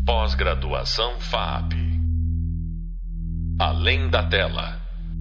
Pós-graduação FAP. Além da tela.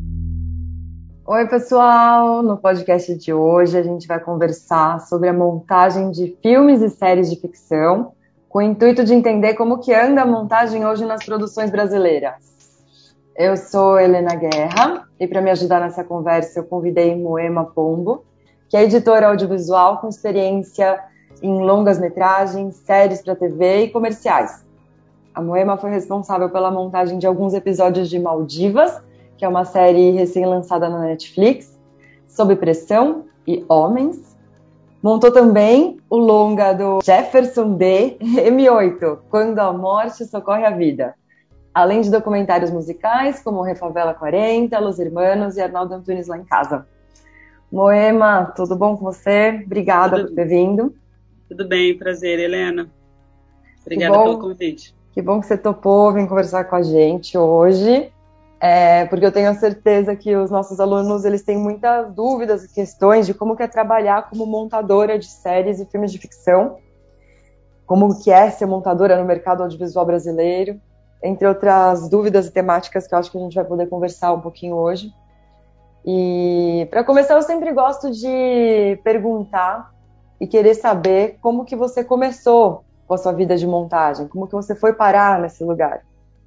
Oi, pessoal! No podcast de hoje a gente vai conversar sobre a montagem de filmes e séries de ficção, com o intuito de entender como que anda a montagem hoje nas produções brasileiras. Eu sou Helena Guerra e para me ajudar nessa conversa eu convidei Moema Pombo, que é editora audiovisual com experiência em longas-metragens, séries para TV e comerciais. A Moema foi responsável pela montagem de alguns episódios de Maldivas, que é uma série recém-lançada na Netflix, Sob Pressão e Homens. Montou também o longa do Jefferson D. M8, Quando a Morte Socorre a Vida. Além de documentários musicais, como Refavela 40, Los Hermanos e Arnaldo Antunes Lá em Casa. Moema, tudo bom com você? Obrigada por ter vindo. Tudo bem, prazer, Helena. Obrigada pelo convite. Que bom que você topou vir conversar com a gente hoje, porque eu tenho certeza que os nossos alunos eles têm muitas dúvidas e questões de como que é trabalhar como montadora de séries e filmes de ficção, como que é ser montadora no mercado audiovisual brasileiro, entre outras dúvidas e temáticas que eu acho que a gente vai poder conversar um pouquinho hoje. E para começar, eu sempre gosto de perguntar e querer saber como que você começou com a sua vida de montagem, como que você foi parar nesse lugar?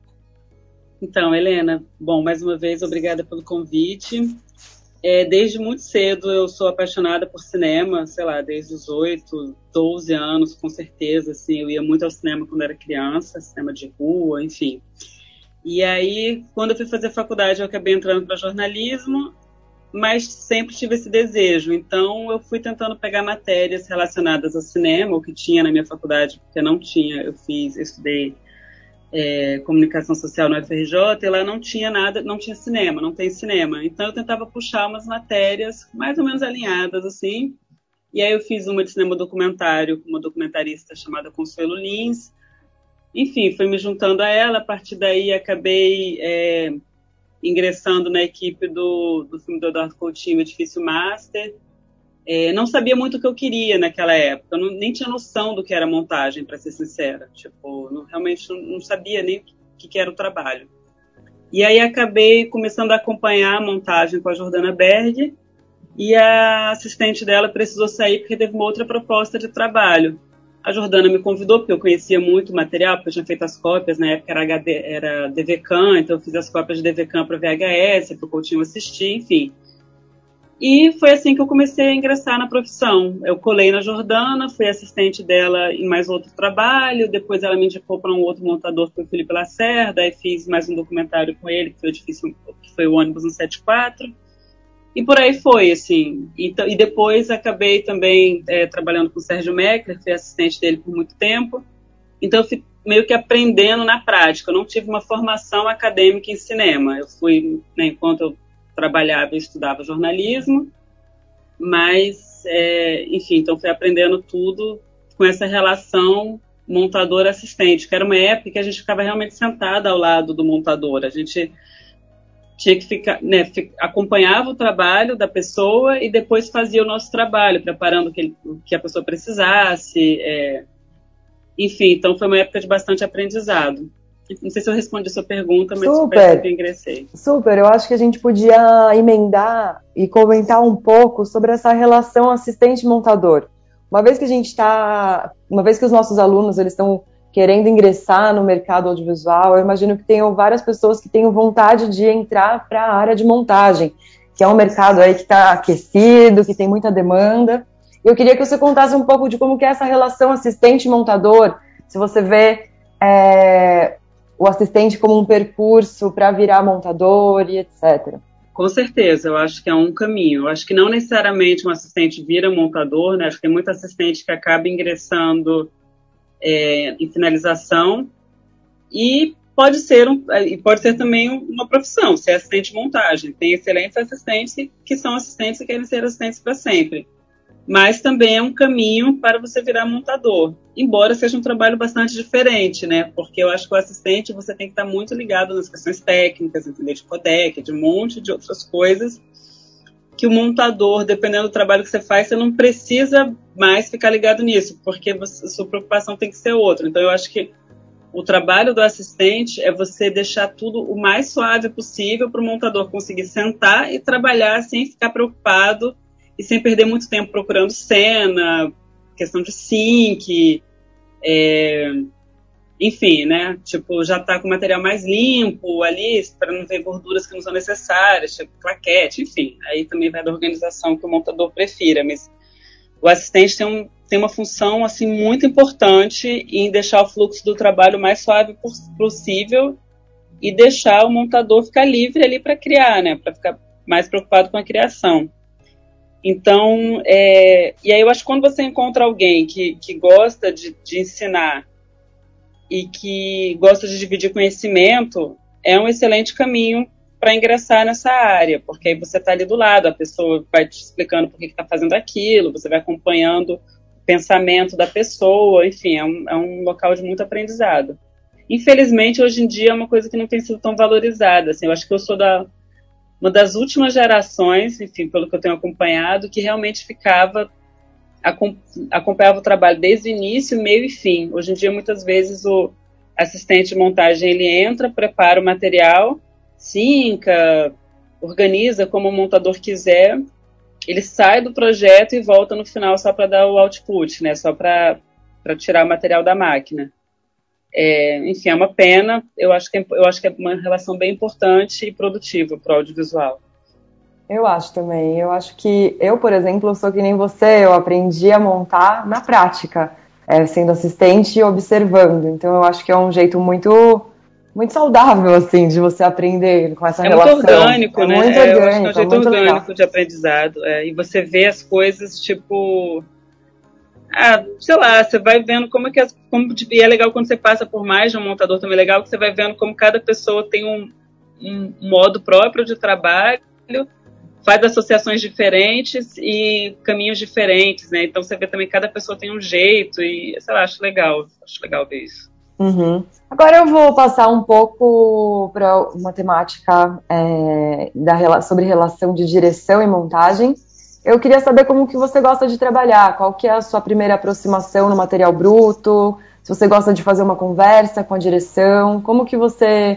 Então, Helena, bom, mais uma vez, obrigada pelo convite. Desde muito cedo eu sou apaixonada por cinema, sei lá, desde os 8, 12 anos, com certeza, assim, eu ia muito ao cinema quando era criança, cinema de rua, enfim. E aí, quando eu fui fazer faculdade, eu acabei entrando para jornalismo, mas sempre tive esse desejo, então eu fui tentando pegar matérias relacionadas ao cinema, o que tinha na minha faculdade, porque não tinha, eu estudei comunicação social no FRJ, e lá não tinha nada, não tinha cinema, não tem cinema, então eu tentava puxar umas matérias mais ou menos alinhadas, assim, e aí eu fiz uma de cinema documentário com uma documentarista chamada Consuelo Lins, enfim, fui me juntando a ela, a partir daí acabei ingressando na equipe do filme do Eduardo Coutinho, Edifício Master. Não sabia muito o que eu queria naquela época, eu nem tinha noção do que era montagem, para ser sincera. Tipo, realmente não sabia nem o que era o trabalho. E aí acabei começando a acompanhar a montagem com a Jordana Berg, e a assistente dela precisou sair porque teve uma outra proposta de trabalho. A Jordana me convidou, porque eu conhecia muito o material, porque eu tinha feito as cópias, na época era DVCAM, então eu fiz as cópias de DVCAM para VHS, para o Coutinho assistir, enfim. E foi assim que eu comecei a ingressar na profissão. Eu colei na Jordana, fui assistente dela em mais outro trabalho, depois ela me indicou para um outro montador, que foi o Felipe Lacerda, aí fiz mais um documentário com ele, que foi o Ônibus 174. E por aí foi, assim. E depois acabei também trabalhando com o Sérgio Meckler, fui assistente dele por muito tempo. Então eu fui meio que aprendendo na prática. Eu não tive uma formação acadêmica em cinema. Eu fui, enquanto eu trabalhava e estudava jornalismo, mas, enfim, então fui aprendendo tudo com essa relação montador-assistente, que era uma época que a gente ficava realmente sentada ao lado do montador. A gente tinha que ficar, acompanhava o trabalho da pessoa e depois fazia o nosso trabalho, preparando o que a pessoa precisasse. Enfim, então foi uma época de bastante aprendizado. Não sei se eu respondi a sua pergunta, mas foi assim que eu ingressei. Super, eu acho que a gente podia emendar e comentar um pouco sobre essa relação assistente-montador. Uma vez que os nossos alunos eles estão querendo ingressar no mercado audiovisual, eu imagino que tenham várias pessoas que tenham vontade de entrar para a área de montagem, que é um mercado aí que está aquecido, que tem muita demanda. Eu queria que você contasse um pouco de como que é essa relação assistente-montador, se você vê o assistente como um percurso para virar montador e etc. Com certeza, eu acho que é um caminho. Eu acho que não necessariamente um assistente vira montador, né? Acho que tem muito assistente que acaba ingressando em finalização e pode ser também uma profissão, ser assistente de montagem. Tem excelentes assistentes que são assistentes e querem ser assistentes para sempre. Mas também é um caminho para você virar montador, embora seja um trabalho bastante diferente, né? Porque eu acho que o assistente você tem que estar muito ligado nas questões técnicas, entender de codec, de um monte de outras coisas, que o montador, dependendo do trabalho que você faz, você não precisa mais ficar ligado nisso, porque a sua preocupação tem que ser outra. Então eu acho que o trabalho do assistente é você deixar tudo o mais suave possível para o montador conseguir sentar e trabalhar sem ficar preocupado e sem perder muito tempo procurando cena, questão de sync, enfim, né? Tipo, já tá com o material mais limpo ali, para não ter gorduras que não são necessárias, tipo claquete, enfim. Aí também vai da organização que o montador prefira, mas o assistente tem uma função, assim, muito importante em deixar o fluxo do trabalho o mais suave possível e deixar o montador ficar livre ali para criar, né? Para ficar mais preocupado com a criação. Então, e aí eu acho que quando você encontra alguém que gosta de ensinar e que gosta de dividir conhecimento, é um excelente caminho para ingressar nessa área, porque aí você está ali do lado, a pessoa vai te explicando por que está fazendo aquilo, você vai acompanhando o pensamento da pessoa, enfim, é um local de muito aprendizado. Infelizmente, hoje em dia é uma coisa que não tem sido tão valorizada, assim, eu acho que eu sou uma das últimas gerações, enfim, pelo que eu tenho acompanhado, que realmente acompanhava o trabalho desde o início, meio e fim. Hoje em dia, muitas vezes, o assistente de montagem, ele entra, prepara o material, sinca, organiza como o montador quiser, ele sai do projeto e volta no final só para dar o output, né? Só para tirar o material da máquina. Enfim, é uma pena. Eu acho que é uma relação bem importante e produtiva para o audiovisual. Eu acho também. Eu acho que eu, por exemplo, sou que nem você, eu aprendi a montar na prática, sendo assistente e observando. Então eu acho que é um jeito muito, muito saudável, assim, de você aprender com essa relação. Muito orgânico, né? Muito eu acho que é um jeito muito orgânico legal de aprendizado. E você vê as coisas, tipo... sei lá, você vai vendo e é legal quando você passa por mais de um montador também, é legal que você vai vendo como cada pessoa tem um modo próprio de trabalho, faz associações diferentes e caminhos diferentes, né? Então você vê também que cada pessoa tem um jeito e, sei lá, acho legal ver isso. Uhum. Agora eu vou passar um pouco para uma temática sobre relação de direção e montagem. Eu queria saber como que você gosta de trabalhar, qual que é a sua primeira aproximação no material bruto, se você gosta de fazer uma conversa com a direção, como que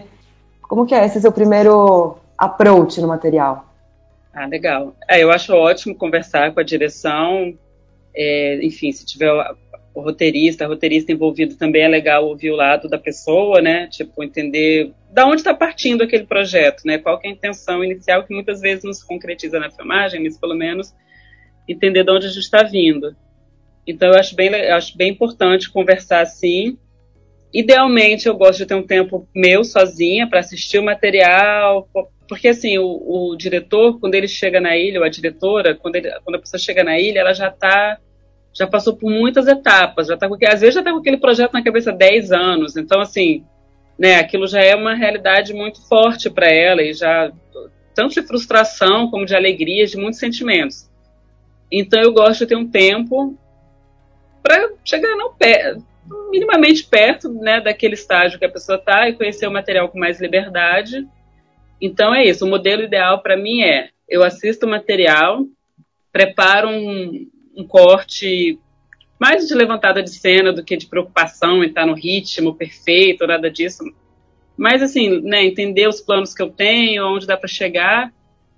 é esse seu primeiro approach no material? Legal. Eu acho ótimo conversar com a direção, enfim, se tiver o roteirista, a roteirista envolvido, também é legal ouvir o lado da pessoa, né, tipo, entender da onde está partindo aquele projeto, né, qual que é a intenção inicial, que muitas vezes não se concretiza na filmagem, mas pelo menos entender de onde a gente está vindo. Então eu acho bem importante conversar assim. Idealmente eu gosto de ter um tempo meu sozinha para assistir o material, porque assim, o diretor, quando ele chega na ilha, ou a diretora, quando a pessoa chega na ilha, ela já passou por muitas etapas, às vezes já está com aquele projeto na cabeça há 10 anos, então assim, né, aquilo já é uma realidade muito forte para ela, e já, tanto de frustração como de alegria, de muitos sentimentos. Então eu gosto de ter um tempo para chegar minimamente perto, né, daquele estágio que a pessoa está e conhecer o material com mais liberdade. Então é isso, o modelo ideal para mim eu assisto o material, preparo um corte mais de levantada de cena do que de preocupação em estar no ritmo perfeito, nada disso. Mas assim, né, entender os planos que eu tenho, onde dá para chegar.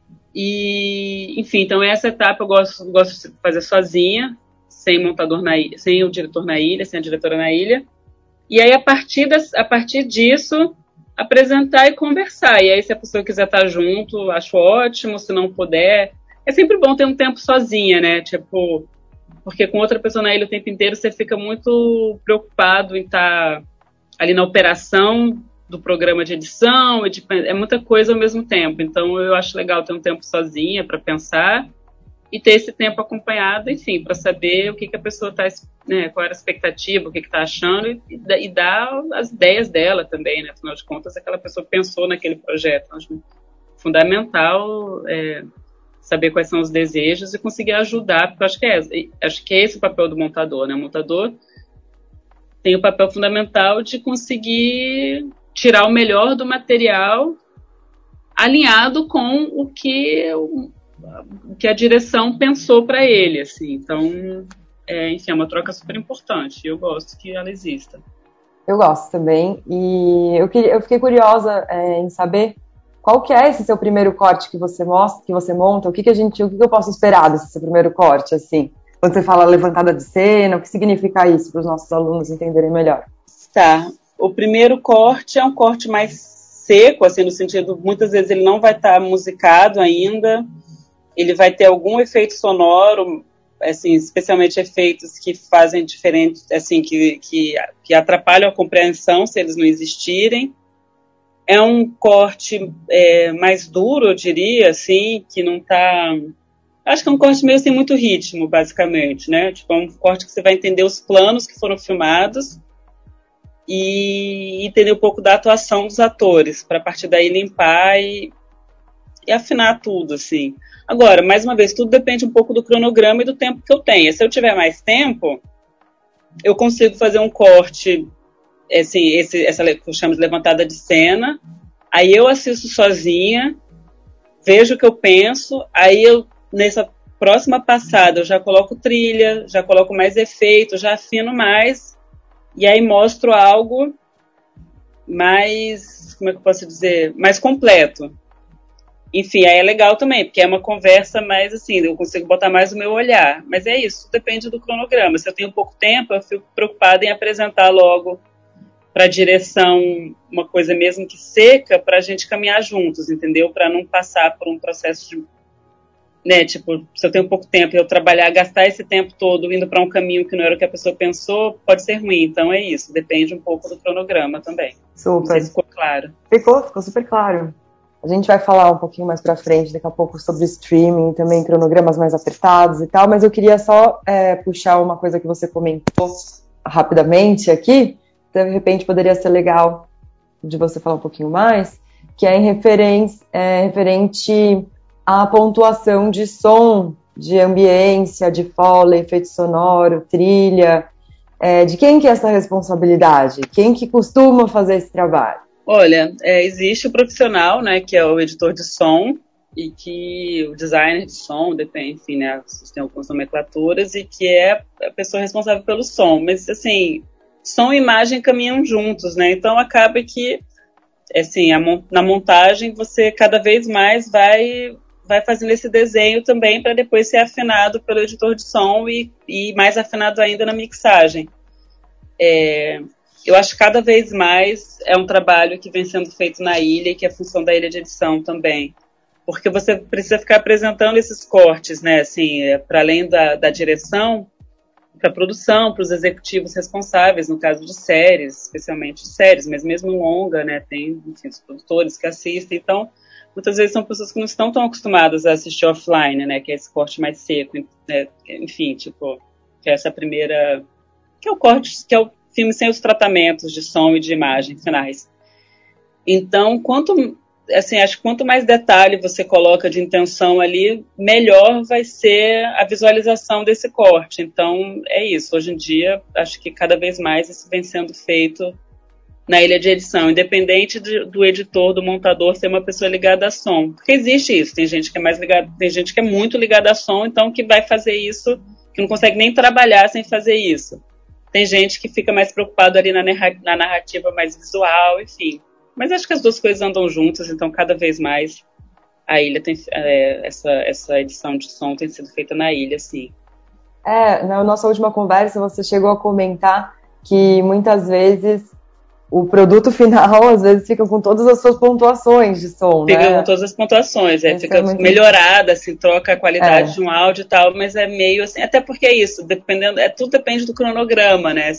E, enfim, então essa etapa eu gosto de fazer sozinha, sem montador na ilha, sem o diretor na ilha, sem a diretora na ilha. E aí, a partir disso, apresentar e conversar. E aí, se a pessoa quiser estar junto, acho ótimo. Se não puder, é sempre bom ter um tempo sozinha, né? Tipo, porque com outra pessoa na ilha o tempo inteiro, você fica muito preocupado em estar ali na operação do programa de edição, é muita coisa ao mesmo tempo. Então, eu acho legal ter um tempo sozinha para pensar e ter esse tempo acompanhado, enfim, para saber o que a pessoa está, né, qual era a expectativa, o que está achando e dar as ideias dela também, né? Afinal de contas, aquela pessoa pensou naquele projeto. Então, acho fundamental saber quais são os desejos e conseguir ajudar, porque acho que é esse o papel do montador, né? O montador tem o papel fundamental de conseguir tirar o melhor do material alinhado com o que a direção pensou para ele, assim. Então, enfim, é uma troca super importante e eu gosto que ela exista. Eu gosto também. E eu fiquei curiosa em saber qual que é esse seu primeiro corte que você mostra, que você monta, o que eu posso esperar desse seu primeiro corte, assim? Quando você fala levantada de cena, o que significa isso para os nossos alunos entenderem melhor? Tá. O primeiro corte é um corte mais seco, assim, no sentido, muitas vezes ele não vai estar musicado ainda, ele vai ter algum efeito sonoro, assim, especialmente efeitos que fazem diferente, assim, que atrapalham a compreensão se eles não existirem. É um corte mais duro, eu diria, assim, que não tá... Acho que é um corte meio sem muito ritmo, basicamente, né? Tipo, é um corte que você vai entender os planos que foram filmados e entender um pouco da atuação dos atores, para a partir daí limpar e afinar tudo, assim. Agora, mais uma vez, tudo depende um pouco do cronograma e do tempo que eu tenho. Se eu tiver mais tempo, eu consigo fazer um corte, assim, essa que eu chamo de levantada de cena, aí eu assisto sozinha, vejo o que eu penso, aí eu, nessa próxima passada, eu já coloco trilha, já coloco mais efeito, já afino mais, e aí mostro algo mais, como é que eu posso dizer, mais completo. Enfim, aí é legal também, porque é uma conversa mais assim, eu consigo botar mais o meu olhar. Mas é isso, depende do cronograma. Se eu tenho pouco tempo, eu fico preocupada em apresentar logo para a direção uma coisa mesmo que seca, para a gente caminhar juntos, entendeu? Para não passar por um processo de, né, tipo, se eu tenho pouco tempo e eu trabalhar, gastar esse tempo todo indo para um caminho que não era o que a pessoa pensou, pode ser ruim. Então é isso, depende um pouco do cronograma também. Não sei Super. se ficou claro. Ficou super claro. A gente vai falar um pouquinho mais pra frente, daqui a pouco, sobre streaming, também cronogramas mais apertados e tal, mas eu queria só puxar uma coisa que você comentou rapidamente aqui, de repente poderia ser legal de você falar um pouquinho mais, que é referente à pontuação de som, de ambiência, de foley, efeito sonoro, trilha. De quem que é essa responsabilidade? Quem que costuma fazer esse trabalho? Olha, existe o profissional, né, que é o editor de som, e que o designer de som, depende, enfim, né, tem algumas nomenclaturas, e que é a pessoa responsável pelo som. Mas, assim, som e imagem caminham juntos, né, então acaba que, assim, na montagem você cada vez mais vai fazendo esse desenho também para depois ser afinado pelo editor de som e mais afinado ainda na mixagem. Eu acho que cada vez mais é um trabalho que vem sendo feito na ilha e que é função da ilha de edição também. Porque você precisa ficar apresentando esses cortes, né? Assim, para além da direção, para a produção, para os executivos responsáveis, no caso de séries, especialmente de séries, mas mesmo longa, né? Tem, enfim, os produtores que assistem. Então, muitas vezes são pessoas que não estão tão acostumadas a assistir offline, né? Que é esse corte mais seco, né? Enfim, tipo, que é essa primeira... que é o corte, que é o filme sem os tratamentos de som e de imagem finais. Então, acho que quanto mais detalhe você coloca de intenção ali, melhor vai ser a visualização desse corte. Então, é isso. Hoje em dia, acho que cada vez mais isso vem sendo feito na ilha de edição, independente do editor, do montador ser uma pessoa ligada a som. Porque existe isso. Tem gente que é mais ligada, tem gente que é muito ligada a som, então que vai fazer isso, que não consegue nem trabalhar sem fazer isso. Tem gente que fica mais preocupado ali na narrativa mais visual, enfim. Mas acho que as duas coisas andam juntas, então cada vez mais a ilha tem... essa edição de som tem sido feita na ilha, sim. Na nossa última conversa você chegou a comentar que muitas vezes o produto final, às vezes, fica com todas as suas pontuações de som, né? Fica com todas as pontuações, fica melhorada, assim, troca a qualidade de um áudio e tal, mas é meio assim, até porque é isso, tudo depende do cronograma, né?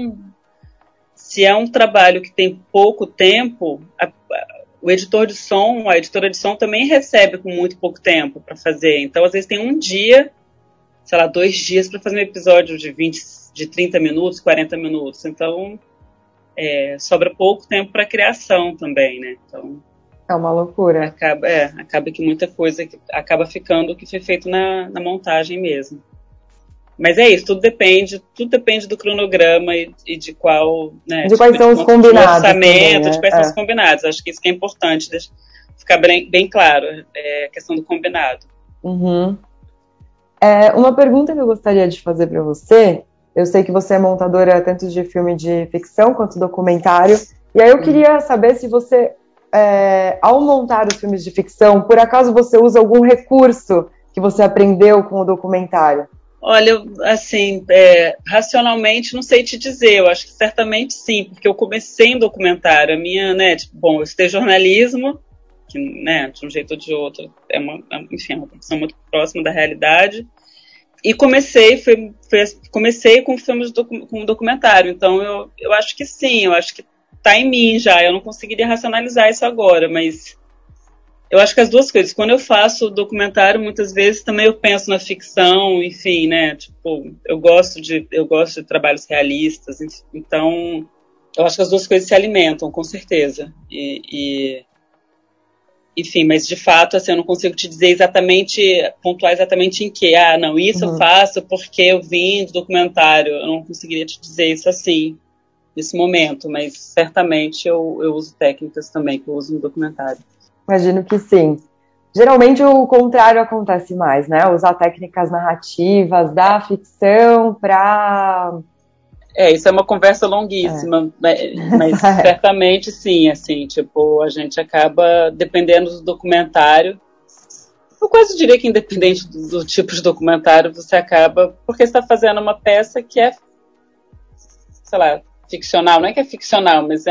Se é um trabalho que tem pouco tempo, o editor de som, a editora de som também recebe com muito pouco tempo para fazer. Então, às vezes, tem um dia, sei lá, 2 dias para fazer um episódio de 30 minutos, 40 minutos. Então, sobra pouco tempo para criação também, né? Então, é uma loucura. Acaba que muita coisa acaba ficando o que foi feito na montagem mesmo. Mas é isso, tudo depende do cronograma e de qual, né? De quais são os combinados. Orçamento, também, né? De quais são os combinados. Acho que isso que é importante ficar bem claro, a questão do combinado. Uhum. Uma pergunta que eu gostaria de fazer para você Eu sei que você é montadora tanto de filme de ficção quanto documentário. E aí eu queria saber se você, ao montar os filmes de ficção, por acaso você usa algum recurso que você aprendeu com o documentário? Olha, assim, racionalmente não sei te dizer, eu acho que certamente sim, porque eu comecei em documentário, a minha, né, tipo, bom, eu estudei jornalismo, que, né, de um jeito ou de outro, enfim, é uma profissão muito próxima da realidade, e comecei com filmes com documentário, então eu acho que sim, eu acho que tá em mim já, eu não conseguiria racionalizar isso agora, mas eu acho que as duas coisas. Quando eu faço documentário, muitas vezes também eu penso na ficção, enfim, né? Tipo, eu gosto de trabalhos realistas, então eu acho que as duas coisas se alimentam, com certeza. Enfim, mas de fato, assim, eu não consigo te dizer pontuar exatamente em que. Ah, não, isso eu faço porque eu vim do documentário. Eu não conseguiria te dizer isso assim, nesse momento, mas certamente eu uso técnicas também que eu uso no documentário. Imagino que sim. Geralmente o contrário acontece mais, né? Usar técnicas narrativas da ficção para... Isso é uma conversa longuíssima, mas certamente sim, assim, tipo, a gente acaba, dependendo do documentário, eu quase diria que independente do tipo de documentário, você acaba, porque você está fazendo uma peça que é, sei lá, ficcional, não é que é ficcional, mas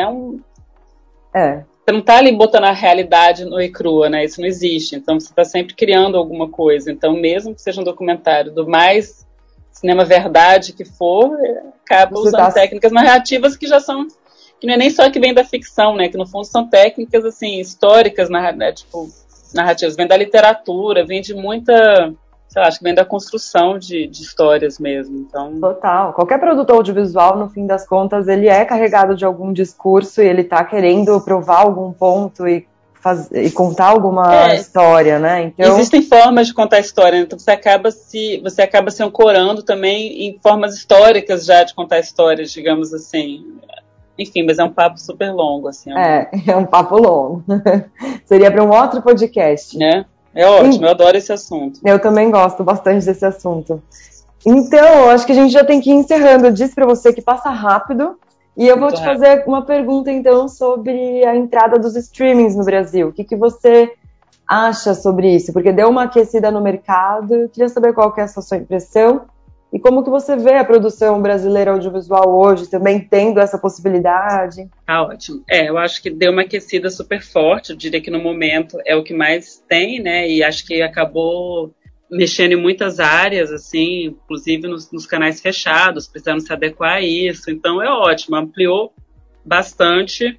você não está ali botando a realidade nua e crua, né? Isso não existe. Então você está sempre criando alguma coisa. Então, mesmo que seja um documentário do mais cinema verdade que for, acaba usando técnicas narrativas que já são. Que não é nem só que vem da ficção, né? Que no fundo são técnicas assim, históricas, né? Tipo, narrativas. Vem da literatura, vem de muita. Sei lá, acho que vem da construção de histórias mesmo. Então... Total. Qualquer produtor audiovisual, no fim das contas, ele é carregado de algum discurso e ele está querendo provar algum ponto e contar alguma história, né? Então... Existem formas de contar história, então você acaba se ancorando também em formas históricas já de contar histórias, digamos assim. Enfim, mas é um papo super longo, assim. É um papo longo. Seria para um outro podcast. É ótimo, eu adoro esse assunto. Eu também gosto bastante desse assunto. Então, acho que a gente já tem que ir encerrando. Eu disse para você que passa rápido. E eu vou te fazer uma pergunta, então, sobre a entrada dos streamings no Brasil. O que você acha sobre isso? Porque deu uma aquecida no mercado. Eu queria saber qual que é a sua impressão. E como que você vê a produção brasileira audiovisual hoje, também tendo essa possibilidade? Ótimo. Eu acho que deu uma aquecida super forte. Eu diria que no momento é o que mais tem, né? E acho que acabou mexendo em muitas áreas, assim, inclusive nos canais fechados, precisando se adequar a isso. Então é ótimo, ampliou bastante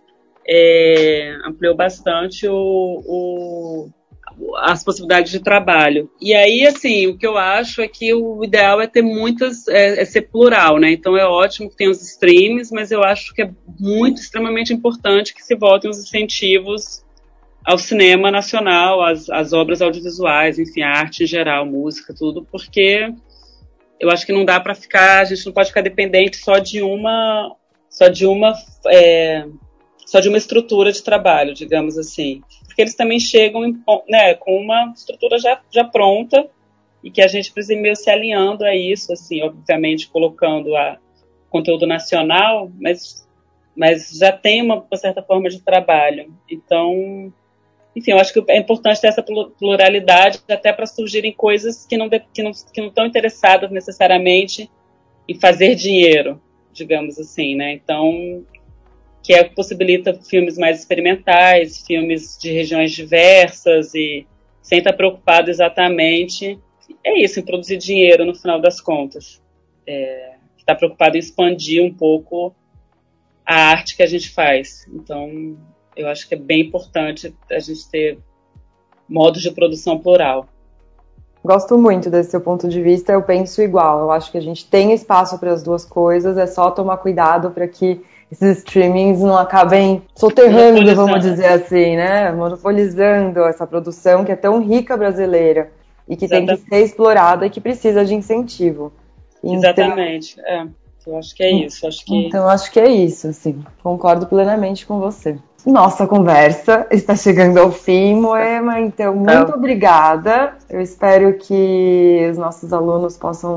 as possibilidades de trabalho. E aí, assim, o que eu acho é que o ideal é ter ser plural, né? Então é ótimo que tenha os streams, mas eu acho que é extremamente importante que se voltem os incentivos ao cinema nacional, às obras audiovisuais, enfim, a arte em geral, música, tudo, porque eu acho que não dá para a gente não pode ficar dependente só de uma estrutura de trabalho, digamos assim, porque eles também chegam com uma estrutura já pronta e que a gente precisa ir meio se alinhando a isso, assim, obviamente colocando conteúdo nacional, mas já tem uma certa forma de trabalho. Então, enfim, eu acho que é importante ter essa pluralidade até para surgirem coisas que não estão interessadas necessariamente em fazer dinheiro, digamos assim, né? Então, que é o que possibilita filmes mais experimentais, filmes de regiões diversas e sem estar preocupado exatamente, em produzir dinheiro no final das contas. Está preocupado em expandir um pouco a arte que a gente faz. Então, eu acho que é bem importante a gente ter modos de produção plural. Gosto muito desse seu ponto de vista, eu penso igual. Eu acho que a gente tem espaço para as duas coisas, é só tomar cuidado para que esses streamings não acabem soterrando, vamos dizer assim, né? Monopolizando essa produção que é tão rica brasileira e que tem que ser explorada e que precisa de incentivo. Exatamente, eu acho que é isso. Então, acho que é isso, assim. Concordo plenamente com você. Nossa conversa está chegando ao fim, Moema, então muito obrigada. Eu espero que os nossos alunos possam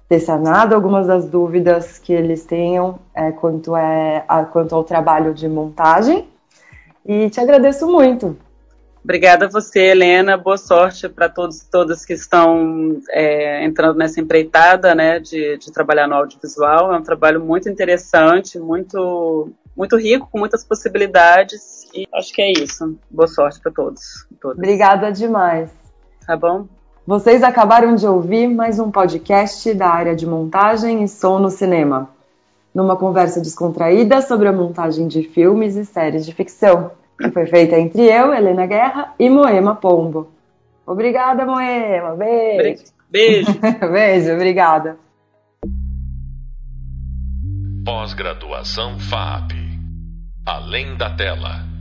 ter sanado algumas das dúvidas que eles tenham quanto ao trabalho de montagem. E te agradeço muito. Obrigada a você, Helena. Boa sorte para todos e todas que estão entrando nessa empreitada, né, de trabalhar no audiovisual. É um trabalho muito interessante, muito, muito rico, com muitas possibilidades. E acho que é isso. Boa sorte para todos e todas. Obrigada demais. Tá bom? Vocês acabaram de ouvir mais um podcast da área de montagem e som no cinema, numa conversa descontraída sobre a montagem de filmes e séries de ficção, que foi feita entre eu, Helena Guerra, e Moema Pombo. Obrigada, Moema. Beijo. Beijo. Beijo, obrigada. Pós-graduação FAP. Além da tela.